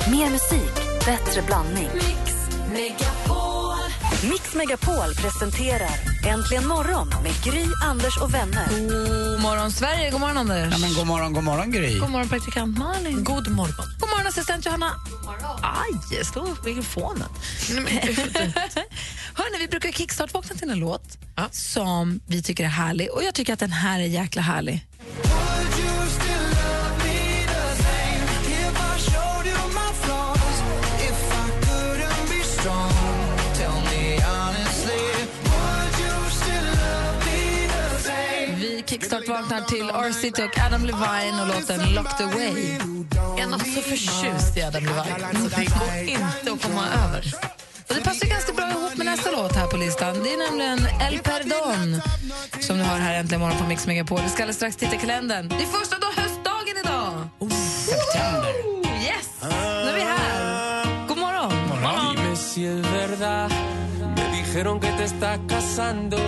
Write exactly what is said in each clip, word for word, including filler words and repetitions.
Mer musik, bättre blandning. Mix Megapol. Mix Megapol presenterar Äntligen morgon med Gry, Anders och vänner. God morgon Sverige, god morgon Anders. Ja, men god morgon, god morgon Gry. God morgon praktikant Malin. God morgon. God morgon assistent Johanna. Aj, slå upp mikrofonen. Hörrni, vi brukar kickstart-vakna till en låt ja. som vi tycker är härlig. Och jag tycker att den här är jäkla härlig. Kickstart vaknar till R-City och Adam Levine och låten Locked Away. Jag är något så förtjust i Adam Levine. Alltså, det går inte att komma över. Och det passar ganska bra ihop med nästa låt här på listan. Det är nämligen El Perdón som du har här äntligen morgon på Mix Megapol. Vi ska alldeles strax titta i kalendern. Det är första dag, höstdagen idag. Oh, september. Oh, yes, nu är vi här. God morgon. God morgon. Dime si es verdad. Me dijeron que te estás casando.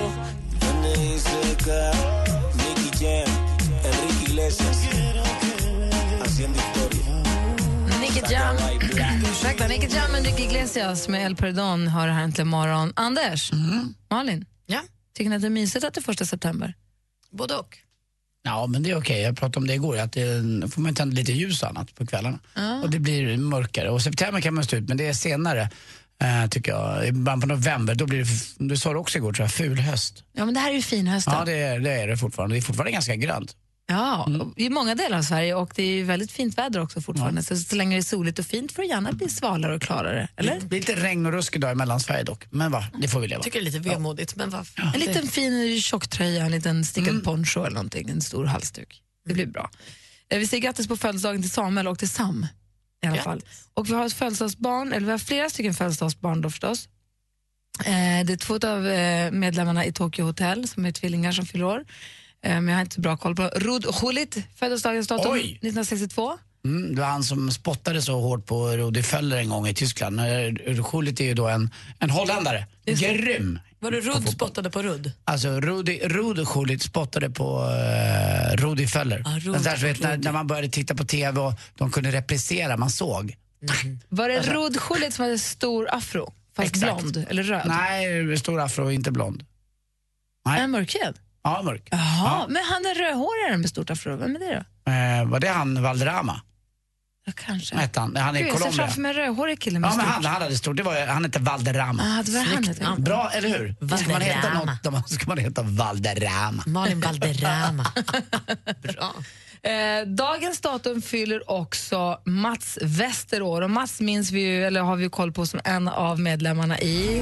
Enrique Iglesias haciendo historia. Nicky Jam. Ursäkta, Nicky Jam och Enrique Iglesias med El Perdón har här äntligen morgon. Anders, mm. Malin, ja? tycker ni att det är mysigt att det är första september? Både och. Ja, men det är okej. Jag pratade om det igår, att det får man tända lite ljus och annat på kvällarna. Ah. Och det blir mörkare. Och september kan man stå ut, men det är senare. Uh, tycker jag, i början på november, då blir det, du sa det också igår tror jag, ful höst. Ja, men det här är ju fin höst. Ja, det är, det är det fortfarande. Det är fortfarande ganska grönt. Ja, mm. i många delar av Sverige, och det är ju väldigt fint väder också fortfarande. Ja. Så, så länge det är soligt och fint får det gärna bli svalare och klarare, eller? Det blir lite regn och rusk idag i Mellansverige dock, men va, det får vi leva. Jag tycker det är lite vemodigt, ja. Men va? Ja. En liten fin tjocktröja, en liten stickad mm. poncho eller någonting, en stor halsduk. Det blir bra. Vi säger grattis på födelsedagen till Samuel och till Sam i alla fall. Och vi har ett födelsedagsbarn, eller vi har flera stycken födelsedagsbarn då förstås. Eh, det är två av eh, medlemmarna i Tokyo Hotel som är tvillingar som fyller år. Eh, men jag har inte så bra koll på. Rud Hulit, födelsedagens datum nittonhundrasextiotvå. Mm, det var han som spottade så hårt på Rudi Völler en gång i Tyskland. Hulit är ju då en, en holländare. Grym. Var det Rud spottade på Rud? Alltså Rudi, Rudi Hulit spottade på uh, Rudi Völler. Ah, Rudi, där, vet, när, när man började titta på tv och de kunde replicera, man såg. Mm. Var det alltså, Rud Hulit som hade stor afro? Fast exakt. Blond eller röd? Nej, stor afro och inte blond. Nej. Är han mörkrädd? Ja, mörk. Jaha, ja. Men han är rödhårig med stort afro, vem är det då? Eh, var det han Valderrama? Ja, kanske. Han, han är i Colombia. Jag ser framför mig rödhårig kille med ja, men stort. han, han hade stort, det var, han hette Valderrama. Ah, det var han hette. Bra, eller hur? Då ska man heta något, då ska man heta Valderama. Malin Valderama. Bra. Eh, dagens datum fyller också Mats Westerår. Och Mats minns vi ju, eller har vi ju koll på som en av medlemmarna i...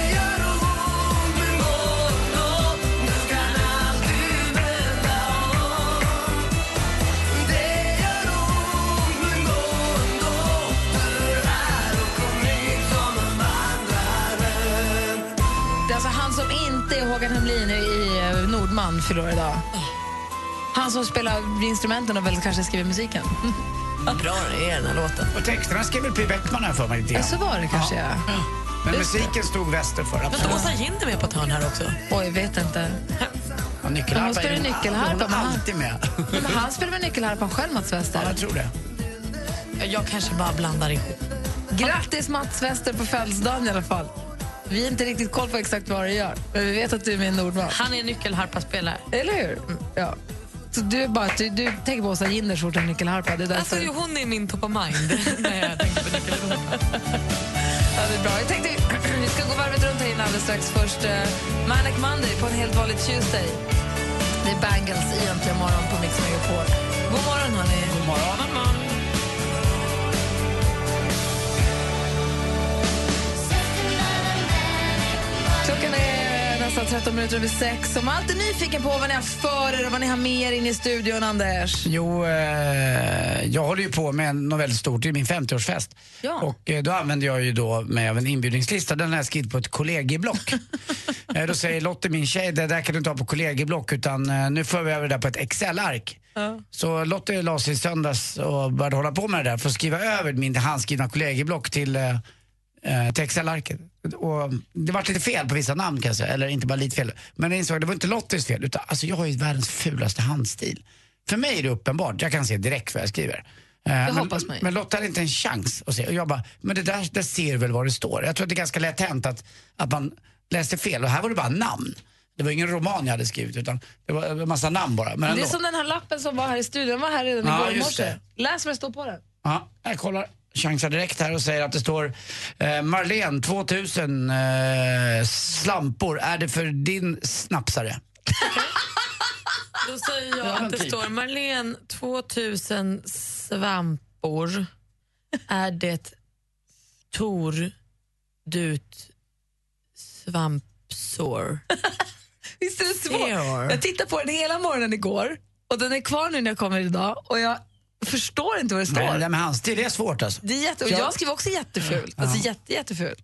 Det är alltså han som inte är Håkan Hemlin i Nordman fyller år idag. Han som spelar instrumenten och väl kanske skriver musiken. Vad bra det är den här låten. Och texterna skrev väl P. Bäckman här för mig lite grann. Ja, så var det kanske, ja. ja. Men just musiken det. Stod Väster för. Men då Åsa Jinder med på ett hörn här också. Oj, jag vet inte. Ja, nyckelharpa. Hon spelar nyckelharpa. Hon är alltid med. Men han spelar väl nyckelharpan själv, Mats Wester? Ja, jag tror det. Jag kanske bara blandar ihop. Grattis Mats Wester på födelsedagen i alla fall. Vi har inte riktigt koll på exakt vad du gör, men vi vet att du är med i Nordman. Han är nyckelharpaspelare. Eller hur? Mm. Ja. Så du, är bara, du, du tänker på Åsa Jinders ord om nyckelharpa. Det är alltså, ju hon är min top of mind när jag tänker på nyckelharpa. Ja, det är bra. Jag tänkte vi ska gå varvet runt här innan alldeles strax. Först uh, Manic Monday på en helt vanlig Tuesday. Det är Bangles i Äntligen morgon på Mix Megapol. God morgon, hörni. God morgon, morgon. Klockan är nästan tretton minuter över sex. Som alltid nyfiken på vad ni har för er och vad ni har med er in i studion, Anders. Jo, eh, jag håller ju på med något väldigt stort. Det är min femtioårsfest. Ja. Och eh, då använder jag ju då med en inbjudningslista. Den har jag skrivit på ett kollegieblock. eh, då säger Lotte, min tjej, det där kan du inte ha på kollegieblock, utan eh, nu får vi över det där på ett Excel-ark. Ja. Så Lotte la sig i söndags och började hålla på med det där för att skriva över min handskrivna kollegieblock till, eh, till Excel-arket. Och det var lite fel på vissa namn kan jag säga, eller inte bara lite fel. Men jag insåg att det var inte Lottes fel, utan alltså jag har ju världens fulaste handstil. För mig är det uppenbart, jag kan se direkt vad jag skriver. Det men, hoppas man ju. Men Lotta hade inte en chans att se. Och jag bara, men det där, där ser väl vad det står. Jag tror att det är ganska lätt hänt att, att man läste fel. Och här var det bara namn. Det var ingen roman jag hade skrivit, utan det var en massa namn bara. Men det är som den här lappen som var här i studion. Den var här redan ja, igår i morse. Läs vad det står på den. Ja, jag kollar. Chansar direkt här och säger att det står eh, Marlene, tvåtusen eh, slampor. Är det för din snapsare? Då säger jag att det typ. står Marlene, tvåtusen svampor. Är det Tor Dut svampsår? Visst är det svårt? Jag tittade på den hela morgonen igår och den är kvar nu när jag kommer idag och jag förstår inte vad det står. Nej, det med handstil, det är svårt alltså. Det är jätte, och jag skriver också jättefult. Ja. Alltså jätte, jättefult.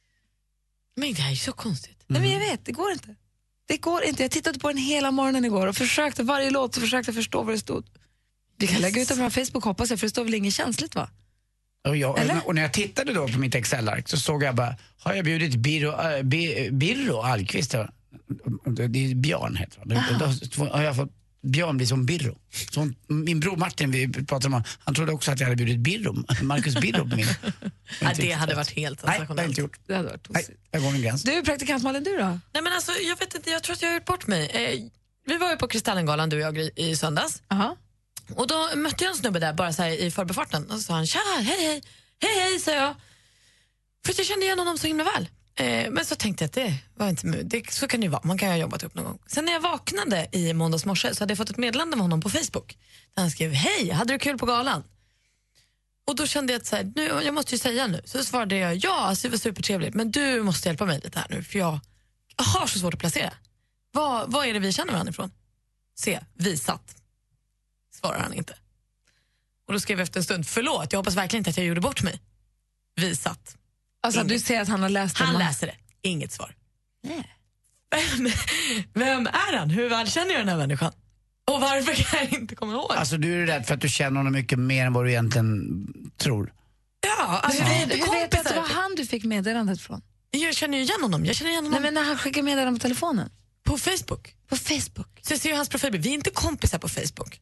Men det här är så konstigt. Nej, men jag vet, det går inte. Det går inte. Jag tittade på den hela morgonen igår och försökte varje låt så försökte förstå vad det stod. Vi kan lägga ut det på Facebook, hoppas jag, för det står väl inget känsligt, va? Och, jag, och när jag tittade då på mitt Excel-ark så såg jag bara, har jag bjudit Birro, äh, Birro Alkvist? Det är Björn heter han. Då har jag fått Björn blir som Birro. Så min bror Martin, vi pratade om, han trodde också att jag hade bjudit Birro, Marcus Birro på min. Ja, det hade varit helt Nej, det har jag inte gjort. Det hade varit Nej, jag går min gräns. Du, praktikant Malin, du då? Nej, men alltså, jag vet inte, jag tror att jag har gjort bort mig. Eh, vi var ju på Kristallengalan, du och jag, i söndags. Aha. Och då mötte jag en snubbe där bara så här i förbifarten. Och så sa han, tja, hej, hej, hej, hej, sa jag. För att jag kände igen honom så himla väl. Eh, men så tänkte jag att det var inte det, så kan det ju vara, man kan ju ha jobbat upp någon gång. Sen när jag vaknade i måndags morse så hade jag fått ett meddelande med honom på Facebook. Där han skrev, hej, hade du kul på galan? Och då kände jag att så här, nu, jag måste ju säga nu. Så svarade jag, ja, alltså, det var supertrevligt, men du måste hjälpa mig lite här nu, för jag, jag har så svårt att placera. Vad, vad är det vi känner varandra ifrån? Se, visat. Svarar han inte. Och då skrev jag efter en stund, förlåt, jag hoppas verkligen inte att jag gjorde bort mig. Visat. Alltså Inget. du ser att han har läst Han den. läser det, inget svar. Nej. Vem, vem är han? Hur väl känner jag den här människan? Och varför kan jag inte komma ihåg? Alltså du är rädd för att du känner honom mycket mer än vad du egentligen tror. Ja, alltså, Hur, vi är vet, inte hur vet du att det kompisar. var han du fick meddelandet från? Jag känner ju igen honom. Jag känner igen honom Nej, men när han skickar meddelanden på telefonen? på Facebook. På Facebook? Så jag ser ju hans profilbild. Vi är inte kompisar på Facebook.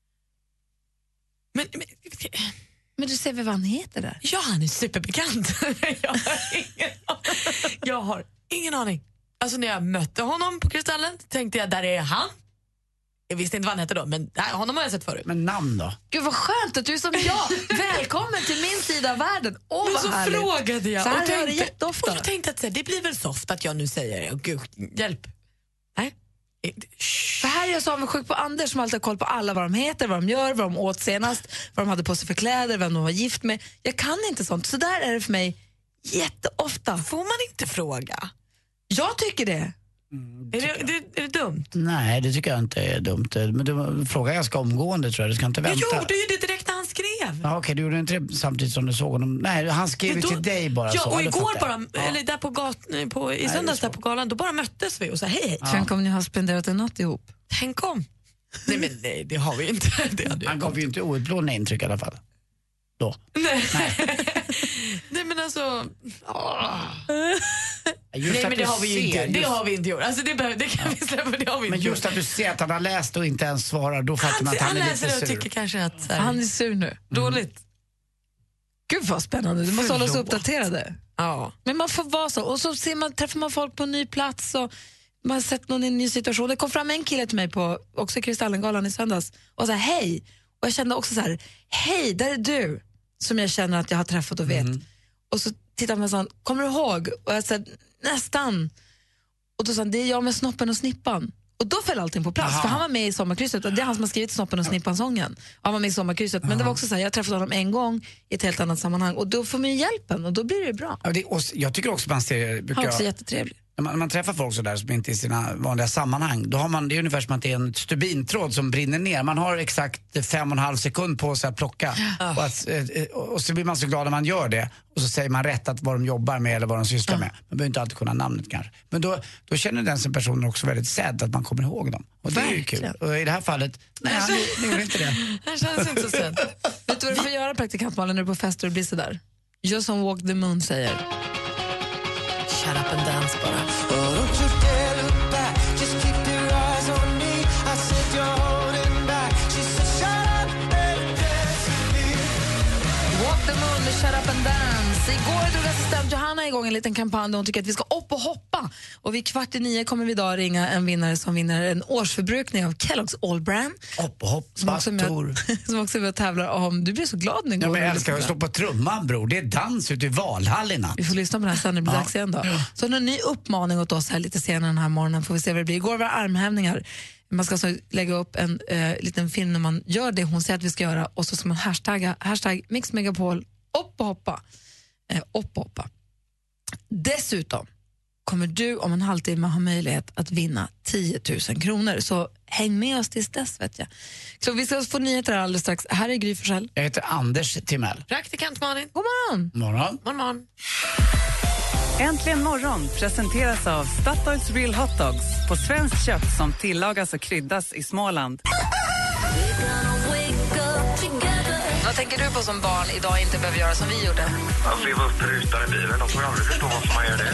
Men, men Men du ser väl vad han heter där? ja, han är superbekant. jag, har ingen, jag har ingen aning. Alltså när jag mötte honom på Kristallen tänkte jag, där är han. Jag visste inte vad han hette då, men där, honom har jag sett förut. Men namn då? Gud vad skönt att du är som jag. Välkommen till min sida av världen. Åh, Men vad så härligt. frågade jag Så här och gör det tänkte, jätteofta. och jag tänkte att så här, det blir väl soft att jag nu säger, oh, gud, hjälp. Nej. För här är jag så avundsjuk på Anders som alltid har koll på alla, vad de heter, vad de gör, vad de åt senast, vad de hade på sig för kläder, vem de var gift med. Jag kan inte sånt. Så där är det för mig jätteofta. Får man inte fråga? Jag tycker det. Mm, är, det, det, är det dumt? Nej, det tycker jag inte är dumt. Men du frågar ganska omgående, tror jag. Du ska inte vänta. Jag gjorde ju det direkt när han skrev. Ja, okej, du gjorde inte det samtidigt som du såg honom. Nej, han skrev ju Då- till dig bara ja, så. och det igår fattar bara, jag. eller där på gat, på, i söndags det är där på galan, då bara möttes vi och sa hej, hej. Tänk om ni har spenderat en natt ihop. Tänk om. Nej, men nej, det har vi ju inte. Det hade Han jag. gav ju inte outplånade intryck i alla fall. Då. Nej. nej, men alltså... åh. Just Nej, att men det du har vi ju ser, inte. Det just- har vi inte gjort. Alltså, det, behöver, det kan vi släppa, det har vi Men inte just gjort. att du ser att han har läst och inte ens svarar, då fattar man Han, att han, han är läser lite det och sur. tycker kanske att... Så här, Han är sur nu. dåligt. Gud vad spännande. Du måste hålla oss Förlåt. uppdaterade. Ja. Men man får vara så. Och så ser man, träffar man folk på en ny plats och man har sett någon i en ny situation. Det kom fram en kille till mig på också Kristallengalan i söndags och sa hej. Och jag kände också så här, hej, där är du som jag känner att jag har träffat och vet. Mm. Och så tittar man så här, kommer du ihåg? Och jag sa nästan. Och då sa han, det är jag med snoppen och snippan. Och då föll allting på plats, Aha. för han var med i Sommarkrysset och det är han som har skrivit Snoppen och snippan-sången. Han var med i Sommarkrysset, men det var också så här, jag träffade honom en gång i ett helt annat sammanhang och då får man ju hjälpen och då blir det bra. Ja, det, och jag tycker också man ser... Brukar, Han är också jättetrevlig. när, man, när man träffar folk så där som inte är i sina vanliga sammanhang, då har man, det är ungefär som att det är en stubintråd som brinner ner. Man har exakt fem och en halv sekund på sig att plocka. Och, att, eh, och så blir man så glad när man gör det. Och så säger man rätt att vad de jobbar med eller vad de sysslar med. Man behöver inte alltid kunna namnet kanske. Men då, då känner den som personen också väldigt sedd att man kommer ihåg dem. Och det är ju kul. Verkligen. Och i det här fallet, nej, han han gjorde inte det. Han känns inte så sedd. Vet du vad du får göra, praktikantmalen, när du är på fester och blir så där? Gör som Walk the Moon säger. Shut up and dance bara. Moon med Shut Up and Dance. Igår drog assistent Johanna igång en liten kampanj där hon tycker att vi ska upp och hoppa. Och vid kvart i nio kommer vi idag ringa en vinnare som vinner en årsförbrukning av Kellogg's All Brand. Upp och hoppa, som också, med, som också med och tävlar om. Du blir så glad nu. Ja, men jag älskar att stå på trumman, bror. Det är dans ute i Valhall i natt. Vi får lyssna på den här sen när det blir dags igen då. Så en ny uppmaning åt oss här lite senare den här morgonen. Får vi se vad det blir. Igår var det armhävningar. Man ska så lägga upp en eh, liten film när man gör det hon säger att vi ska göra och så ska man hashtagga hashtag mixmegapol upp och hoppa. Eh, upp och hoppa. Dessutom kommer du om en halvtimme ha möjlighet att vinna tio tusen kronor. Så häng med oss tills dess, vet jag. Så vi ska få nyheter alldeles strax. Här är Gry Forssell. Jag heter Anders Timell. Praktikant Malin. God morgon. Morgon. Morgon, morgon. Äntligen morgon presenteras av Statoils Real Hot Dogs på svenskt kött som tillagas och kryddas i Småland. Vad tänker du på som barn idag inte behöver göra som vi gjorde? Att leva upp rutan i bilen. De får aldrig förstå varför man gör det.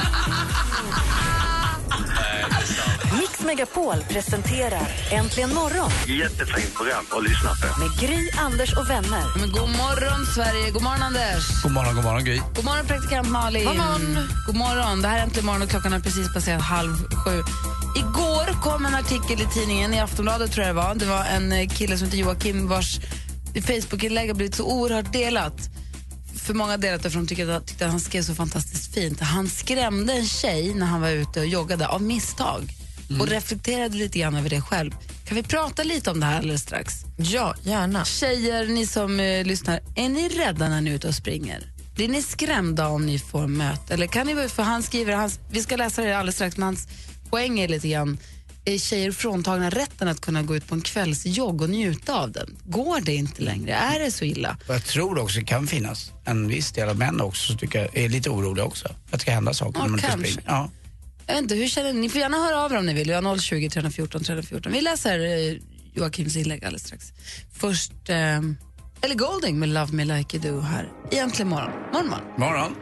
Mix Megapol presenterar Äntligen morgon Jättefint program att lyssna på. med Gry, Anders och vänner. Men god morgon Sverige, god morgon Anders. God morgon, god morgon Gry. God morgon praktikant Malin. God morgon. God morgon, det här är Äntligen morgon och klockan är precis passerat halv sju. Igår kom en artikel i tidningen, i Aftonbladet tror jag det var. Det var en kille som heter Joakim vars Facebook-inlägg har blivit så oerhört delat. För många delat därför de tyckte att, tyckte att han skrev så fantastiskt fint. Han skrämde en tjej när han var ute och joggade av misstag. Mm. Och reflekterade lite grann över det själv. Kan vi prata lite om det här alldeles strax? Ja, gärna. Tjejer, ni som eh, lyssnar, är ni rädda när ni är ute och springer? Blir ni skrämda om ni får möte? Eller kan ni, för han skriver, hans, vi ska läsa det alldeles strax, men hans poäng är lite grann, är tjejer fråntagna rätten att kunna gå ut på en kvällsjogg och njuta av den? Går det inte längre? Är det så illa? Jag tror också det kan finnas en viss del av män också som tycker är lite oroliga också. Att det ska hända saker Ja, när man inte kanske. springer. Ja. Jag vet inte, hur känner ni? Ni får gärna höra av er om ni vill. Vi har noll tjugo, tre fjorton, tre fjorton. Vi läser eh, Joakims inlägg alldeles strax. Först eh, Ellie Goulding med Love Me Like You Do här. Egentligen morgon. Morgon, morgon. Morgon.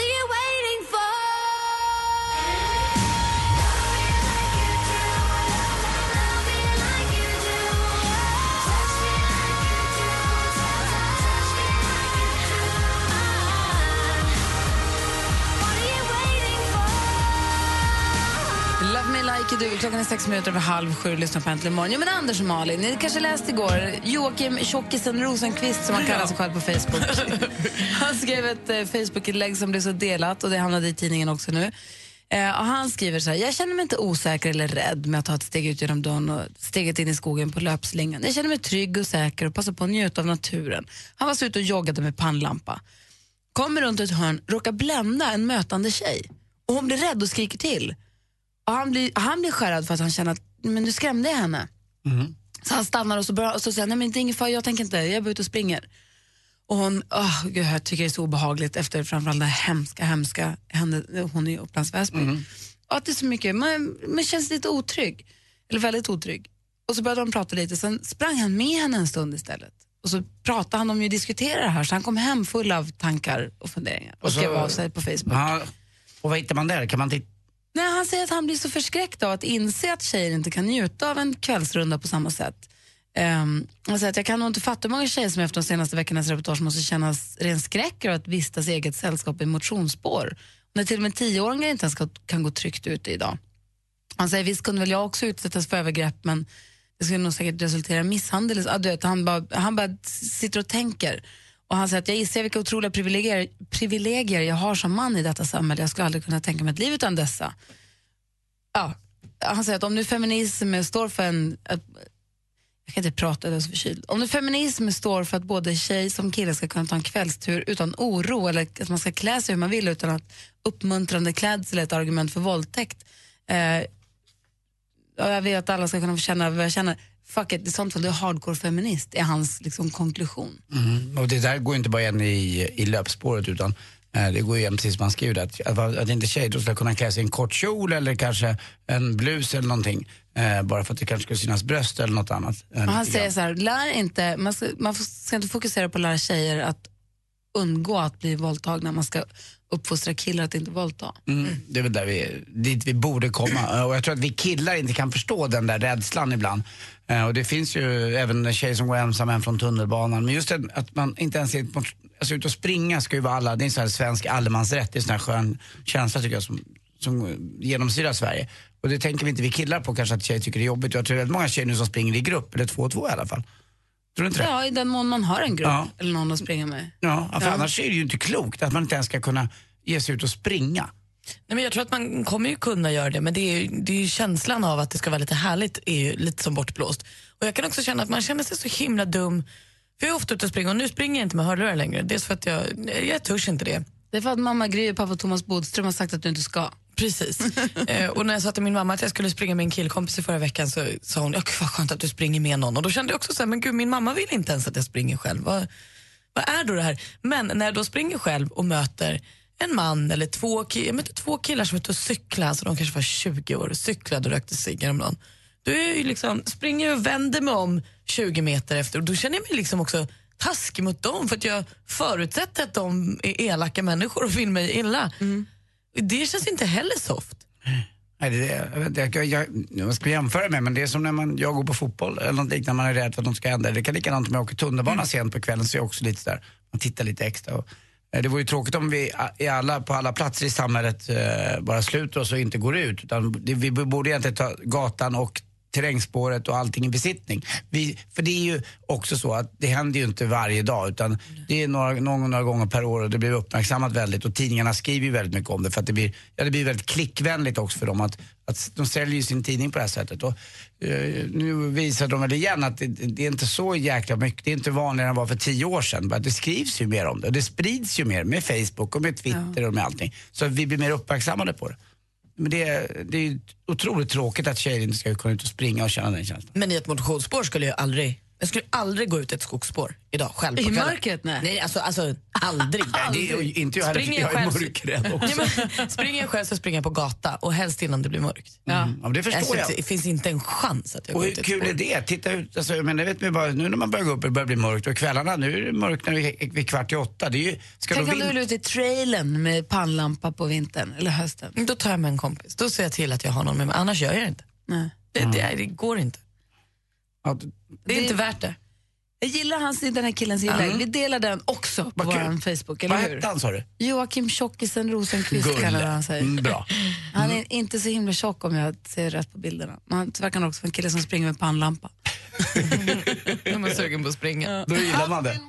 Love Me Like You Do. Klockan är sex minuter över halv sju. Lyssna på Äntligen morgon. Ja, men Anders och Malin, ni kanske läste igår Joakim Tjockisen Rosenqvist som han kallar sig själv på Facebook. Han skrev ett eh, Facebook-inlägg som blev så delat och det hamnade i tidningen också nu. Eh, och han skriver så här: jag känner mig inte osäker eller rädd med att ta ett steg ut genom dagen och steget in i skogen på löpslingan. Jag känner mig trygg och säker och passar på att njuta av naturen. Han var så ute och joggade med pannlampa. Kommer runt ett hörn, råkar blända en mötande tjej. Och hon blir rädd och skriker till. Och han blir, han blir skärrad för att han känner att men du skrämde henne. Mm. Så han stannar och så, börjar, och så säger nej men det är ingen fara, jag tänker inte, jag är bara ute och springer. Och hon, oh, gud, jag tycker det är så obehagligt efter framförallt det hemska, hemska hände, hon är i Upplands Väsby. Mm. Och att det är så mycket, man, man känns lite otrygg. Eller väldigt otrygg. Och så började de prata lite, sen sprang han med henne en stund istället. Och så pratade han om ju diskutera det här, så han kom hem full av tankar och funderingar. Och, och skrev av sig på Facebook. Ja, och vad hittar man där? Kan man titta? Nej, han säger att han blir så förskräckt av att inse att tjejer inte kan njuta av en kvällsrunda på samma sätt. Um, han säger att jag kan nog inte fatta hur många tjejer som efter de senaste veckornas reportage måste känna ren skräck av att vistas i eget sällskap i motionsspår. När till och med tioåringar inte ens kan gå tryggt ute idag. Han säger, visst kunde väl jag också utsättas för övergrepp, men det skulle nog säkert resultera i misshandel. Ah, du vet, han, bara, han bara sitter och tänker. Och han säger att jag gissar vilka otroliga privilegier, privilegier jag har som man i detta samhälle. Jag skulle aldrig kunna tänka mig ett liv utan dessa. Ja, han säger att om nu feminism står för en... Att, jag kan inte prata, det är så förkyld. Om nu feminism står för att både tjej som kille ska kunna ta en kvällstur utan oro, eller att man ska klä sig hur man vill utan att uppmuntrande klädsel är ett argument för våldtäkt. Eh, jag vet att alla ska kunna få känna vad jag känner. Fuck it, i sånt fall du är hardcore feminist, är hans liksom konklusion. Mm. Och det där går inte bara igen i, i löpspåret, utan eh, det går igen precis som man skriver att, att, att inte tjejer då ska kunna klä sig i en kort kjol eller kanske en blus eller någonting, eh, bara för att det kanske ska synas bröst eller något annat. Eh, han säger så här, lär inte, man ska, man ska inte fokusera på att lära tjejer att undgå att bli våldtagna. Man ska uppfostra killar att inte våldta. Mm. Det är väl där vi, dit vi borde komma. Och jag tror att vi killar inte kan förstå den där rädslan ibland. Uh, och det finns ju även en tjej som går ensam hem från tunnelbanan. Men just det, att man inte ens är, alltså ut och springa ska ju vara alla, det är en sån här svensk allemansrätt. Det är en sån här skön känsla tycker jag som, som genomsyrar Sverige. Och det tänker vi inte vi killar på kanske att tjejer tycker det är jobbigt. Jag tror att många tjejer nu som springer i grupp, eller två och två i alla fall. Tror du inte det? Ja, i den mån man har en grupp ja. eller någon att springa med. Ja, för ja. annars är det ju inte klokt att man inte ens ska kunna ge sig ut och springa. Nej, men jag tror att man kommer ju kunna göra det, men det är ju, det är ju känslan av att det ska vara lite härligt är ju lite som bortblåst. Och jag kan också känna att man känner sig så himla dum. För jag är ofta ute och springer och nu springer jag inte med hörlurar längre. Det är för att jag, jag törs inte det. Det är för att mamma Gry och pappa Thomas Bodström har sagt att du inte ska. Precis. eh, och när jag sa till min mamma att jag skulle springa med en killkompis i förra veckan så sa hon, ja gud vad skönt att du springer med någon. Och då kände jag också så här, men gud min mamma vill inte ens att jag springer själv. Vad, vad är då det här? Men när jag då springer själv och möter en man eller två, ki- jag mötte två killar som ute och cyklade, så de kanske var tjugo år och cyklade och rökte ciggar om någon. Då är jag ju liksom, springer jag och vänder mig om tjugo meter efter och då känner jag mig liksom också taskig mot dem för att jag förutsätter att de är elaka människor och vill mig illa. Mm. Det känns inte heller soft. Nej, det är, jag vet inte, jag, jag, jag ska jämföra med, men det är som när man, jag går på fotboll eller något liknande, man är rädd för att de ska hända. Det kan likadant om jag åker tunnelbana mm. sent på kvällen, så är jag också lite där, man tittar lite extra. Och, eh, det vore ju tråkigt om vi i alla, på alla platser i samhället eh, bara sluter oss och inte går ut. Utan det, vi borde egentligen ta gatan och terrängspåret och allting i besittning. Vi, för det är ju också så att det händer ju inte varje dag, utan det är några, några, några gånger per år och det blir uppmärksammat väldigt, och tidningarna skriver ju väldigt mycket om det för att det blir, ja, det blir väldigt klickvänligt också för dem att, att de säljer ju sin tidning på det här sättet. Och, uh, nu visar de väl igen att det, det är inte så jäkla mycket, det är inte vanligare än vad för tio år sedan, men det skrivs ju mer om det och det sprids ju mer med Facebook och med Twitter ja. och med allting, så att vi blir mer uppmärksammade på det. Men det är, det är otroligt tråkigt att tjejer inte ska kunna ut och springa och känna den känslan. Men i ett motionsspår skulle jag aldrig, jag skulle aldrig gå ut ett skogsspår idag själv på I kvällen. mörkret? Nej, nej alltså, alltså aldrig. Nej, det är inte jag heller, för jag är mörkrädd också. Nej, men, springer jag själv så springer jag på gata och helst innan det blir mörkt. Ja. Mm. Ja, det förstår alltså, jag. Det finns inte en chans att jag och går hur ut ett kul spår. är det? Titta ut, alltså, men det vet man bara, nu när man börjar gå upp och det börjar bli mörkt och kvällarna, nu är det mörkt när vi är kvart i åtta. Det är ju, ska Tänk om vin- du är ute i trailen med pannlampa på vintern eller hösten. Då tar jag med en kompis. Då ser jag till att jag har någon med mig. Annars gör jag det inte. Nej. Det, Mm. det, det går inte. Ja, Det är Det- inte värt det. Jag gillar hans, den här killens inlägg. Mm. Vi delar den också på Vad kul. vår Facebook, eller vad hur? hette han, sa du? Joakim Tjockisen Rosenqvist Gulle. kallar han sig. Mm, bra. Han är inte så himla tjock om jag ser rätt på bilderna. Men han verkar också vara en kille som springer med pannlampa. Jag är sugen på att springa. Då gillar man det.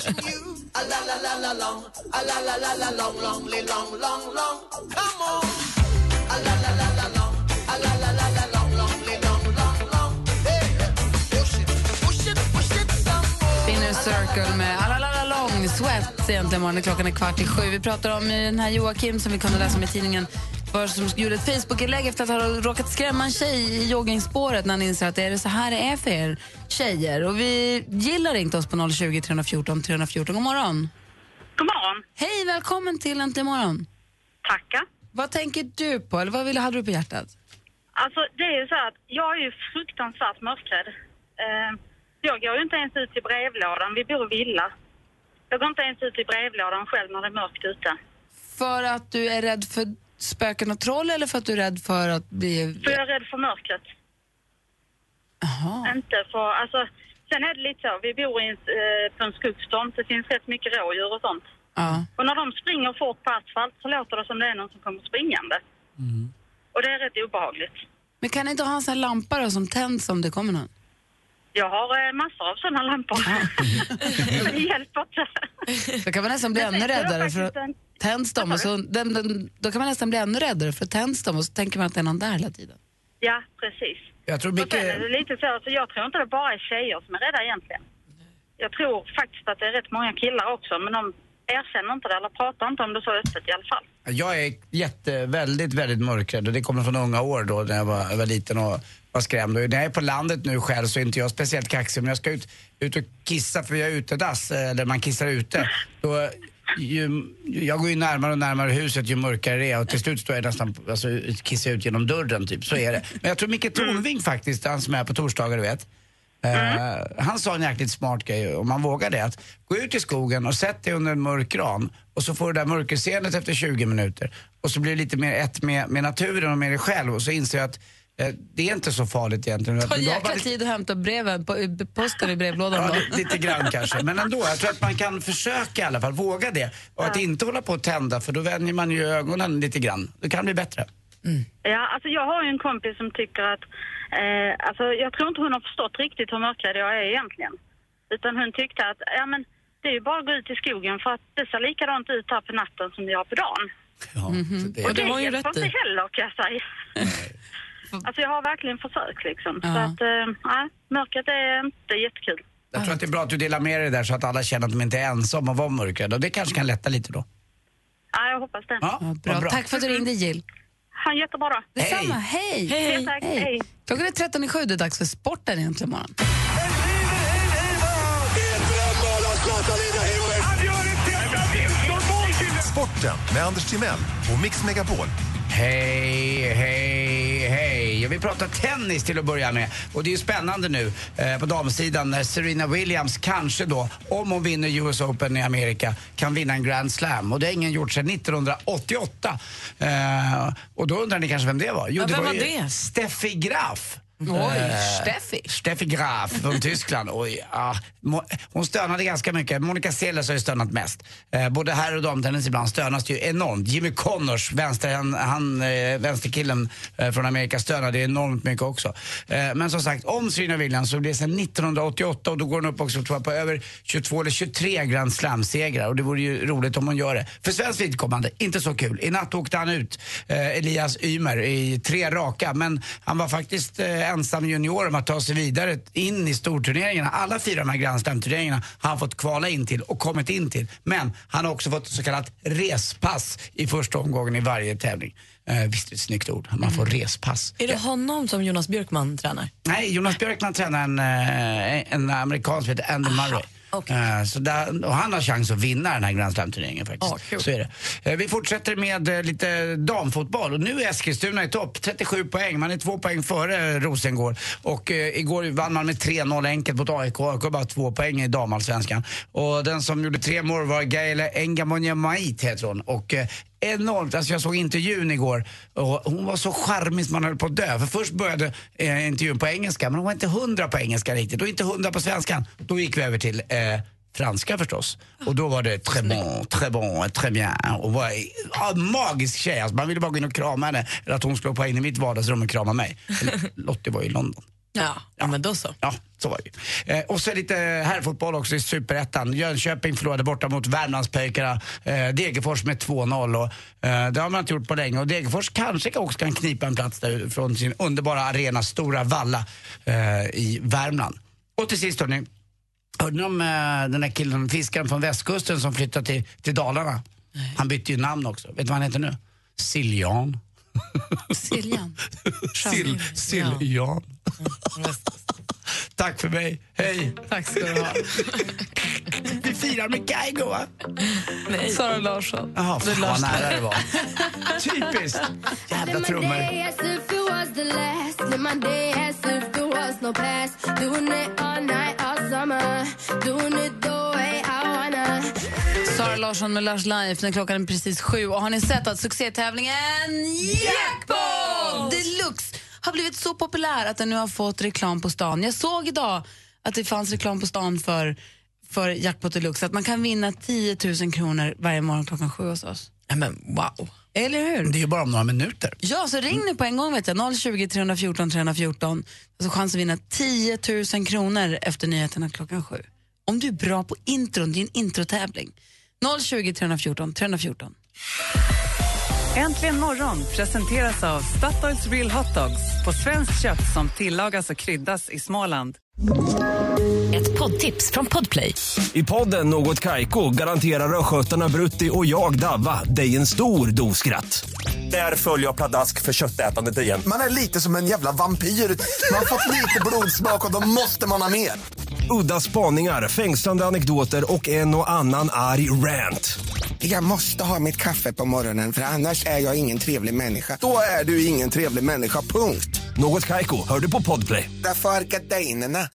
Inner Circle med Alalalong Sweat egentligen morgon. Klockan är kvart i sju. Vi pratar om den här Joakim som vi kunde läsa om i tidningen för, som gjorde ett Facebook-inlägg efter att ha råkat skrämma en tjej i joggingspåret när han inser att det är så här det är för er tjejer. Och vi gillar ringt oss på noll tjugo, tre fjorton, tre fjorton. God morgon. God morgon. Hej, välkommen till Äntligen morgon. Tackar. Vad tänker du på, eller vad vill, hade du på hjärtat? Alltså det är ju så att jag är ju fruktansvärt mörkrädd. Eh, jag går ju inte ens ut i brevlådan, vi bor i villa. Jag går inte ens ut i brevlådan själv när det är mörkt ute. För att du är rädd för spöken och troll eller för att du är rädd för att bli... För jag är rädd för mörkret. Jaha. Inte för, alltså, sen är det lite så, vi bor i en, eh, på en skogstomt, det finns rätt mycket rådjur och sånt. Ja. Och när de springer fort på asfalt så låter det som det är någon som kommer springande. Mm. Och det är rätt obehagligt. Men kan ni inte ha en sån här lampa då, som tänds om det kommer någon? Jag har eh, massor av sådana lampor. Men det hjälper inte. Då kan man nästan bli Men ännu sen så är det räddare för faktiskt att en- tänds de och så, den, den, då kan man nästan bli ännu räddare för att tänds de och så tänker man att det är någon där hela tiden. Ja, precis. Jag tror Och sen är mycket... det lite så, så jag tror inte det bara är tjejer som är rädda egentligen. Jag tror faktiskt att det är rätt många killar också, men de erkänner inte det eller pratar inte om det så öppet i alla fall. Jag är jätte, väldigt, väldigt mörkrädd och det kommer från unga år då när jag var, jag var liten och var skrämd. Och när jag är på landet nu själv så är inte jag speciellt kaxig, men jag ska ut, ut och kissa för jag är utedass, eller man kissar ute. Då, ju, jag går ju närmare och närmare huset ju mörkare det är och till slut står jag nästan, alltså, kissar ut genom dörren typ, så är det. Men jag tror Micke Tornving faktiskt, han som är på torsdagar du vet. Mm. Uh, han sa en jäkligt smart grej, om man vågar det, att gå ut i skogen och sätt dig under en mörk gran och så får du det där mörkerseendet efter tjugo minuter och så blir det lite mer ett med, med naturen och med dig själv och så inser jag att uh, det är inte så farligt egentligen. Ta jäkla lite... tid att hämta breven, på, posten i brevlådan. Ja, lite, lite grann kanske, men ändå, jag tror att man kan försöka i alla fall, våga det och ja. Att inte hålla på att tända, för då vänjer man ju ögonen lite grann, det kan bli bättre. Mm. Ja, alltså jag har ju en kompis som tycker att Eh, alltså jag tror inte hon har förstått riktigt hur mörkrädd jag är egentligen. Utan hon tyckte att ja, men det är ju bara att gå ut i skogen för att det ser likadant ut här på natten som det gör på dagen. Ja, mm-hmm. det, och det, det har ju rätt inte heller, kan jag säga. Alltså jag har verkligen försökt liksom. Ja. Så att, eh, ja, mörkret är inte jättekul. Jag tror att det är bra att du delar med dig där så att alla känner att de inte är ensamma och var mörkrädda. Och det kanske kan lätta lite då. Ja, jag hoppas det. Ja, ja, bra. bra. Tack för att du ringde, Jill. Ha en jättebra dag. Detsamma, hej! Hej! Hej. Tack. Hej. Hej. Klockan är tretton i sju, det är dags för sporten egentligen imorgon. Sporten med Anders Timell och Mix Megapol. Hej, hej, hej. Jag vill prata tennis till att börja med. Och det är ju spännande nu eh, på damsidan när Serena Williams kanske då, om hon vinner U S Open i Amerika, kan vinna en Grand Slam. Och det har ingen gjort sedan nittonhundraåttioåtta. Eh, och då undrar ni kanske vem det var? Jo, ja, det vem var, var ju det? Steffi Graf. Oj, eh, Steffi. Steffi Graf från Tyskland. Oj, ja, hon stönade ganska mycket. Monica Seles har ju stönat mest. Eh, både här och damtennis ibland stönas det ju enormt. Jimmy Connors, vänster, han, han, eh, vänsterkillen eh, från Amerika, stönade enormt mycket också. Eh, men som sagt, om Serena Williams så blir det sedan nittonhundraåttioåtta och då går hon upp också, tror jag, på över tjugotvå eller tjugotre Grand Slam-segrar. Och det vore ju roligt om hon gör det. För svensk vidkommande, inte så kul. I natt åkte han ut, eh, Elias Ymer, i tre raka. Men han var faktiskt eh, ensam junior om att ta sig vidare in i storturneringarna. Alla fyra de här Grand Slam-turneringarna har han fått kvala in till och kommit in till. Men han har också fått så kallat respass i första omgången i varje tävling. Eh, visst är det ett snyggt ord, man får respass. Är det honom som Jonas Björkman tränar? Nej, Jonas Björkman tränar en, eh, en amerikan som heter Andy Murray. Okay. Uh, så där, och han har chans att vinna den här Grand Slam-turneringen faktiskt. Oh, cool. Så är det. Uh, vi fortsätter med uh, lite damfotboll och nu är Eskilstuna i topp, trettiosju poäng. Man är två poäng före uh, Rosengård. Och uh, igår vann man med tre noll enkelt mot A I K. A I K bara två poäng i damallsvenskan. Och den som gjorde tre mål var Gaile Engamonjamait heter hon. Och uh, enormt, alltså jag såg intervjun igår och hon var så charmig som man höll på att dö. För först började eh, intervjun på engelska, men hon var inte hundra på engelska riktigt och inte hundra på svenskan. Då gick vi över till eh, franska förstås. Och då var det très bon, très bon, très bien. Och var ja, magisk tjej, alltså, man ville bara gå in och krama henne. Eller att hon skulle på in i mitt vardagsrum och krama mig. Eller, Lottie var i London. Ja, ja, men då så. Ja, så var det. Eh, och så lite herrfotboll också i Superettan. Jönköping förlorade borta mot Värmlandspöjkarna. Eh, Degerfors med två noll. Och, eh, det har man inte gjort på länge. Och Degerfors kanske också kan knipa en plats där från sin underbara arena Stora Valla eh, i Värmland. Och till sist hörni, hörde ni om eh, den här killen, fiskaren från västkusten som flyttade till, till Dalarna? Nej. Han bytte ju namn också. Vet du vad han heter nu? Siljan. Siljan. Sil, Siljan. Mm. Tack för mig. Hej. Tack ska du ha. Vi firar med Kaigo, va? Nej. Sara Larsson. Jaha, fan vad nära det var. Typiskt. Jävla trummor. Sara Larsson med Lars Life när klockan är precis sju. Och har ni sett att succétävlingen Jackpot Deluxe har blivit så populär att den nu har fått reklam på stan. Jag såg idag att det fanns reklam på stan för, för Jackpot Deluxe. Att man kan vinna tio tusen kronor varje morgon klockan sju hos oss. Ja, men wow. Eller hur? Det är ju bara om några minuter. Ja, så ring nu på en gång, vet jag. noll tjugo, tre fjorton, tre fjorton. Alltså chans att vinna tio tusen kronor efter nyheterna klockan sju. Om du är bra på intron, det är en introtävling. noll tjugo, tre fjorton, tre fjorton. Äntligen morgon presenteras av Statoils Real Hot Dogs på svenskt kött som tillagas och kryddas i Småland. Ett poddtips från Podplay. I podden Något Kaiko garanterar röskötarna Brutti och jag Davva dig en stor doskratt. Där följer jag pladask för köttätandet igen. Man är lite som en jävla vampyr. Man har fått lite blodsmak och då måste man ha mer. Udda spaningar, fängslande anekdoter och en och annan arg rant. Jag måste ha mitt kaffe på morgonen för annars är jag ingen trevlig människa. Då är du ingen trevlig människa, punkt. Något Kaiko, hör du på Podplay. Därför är gardinerna.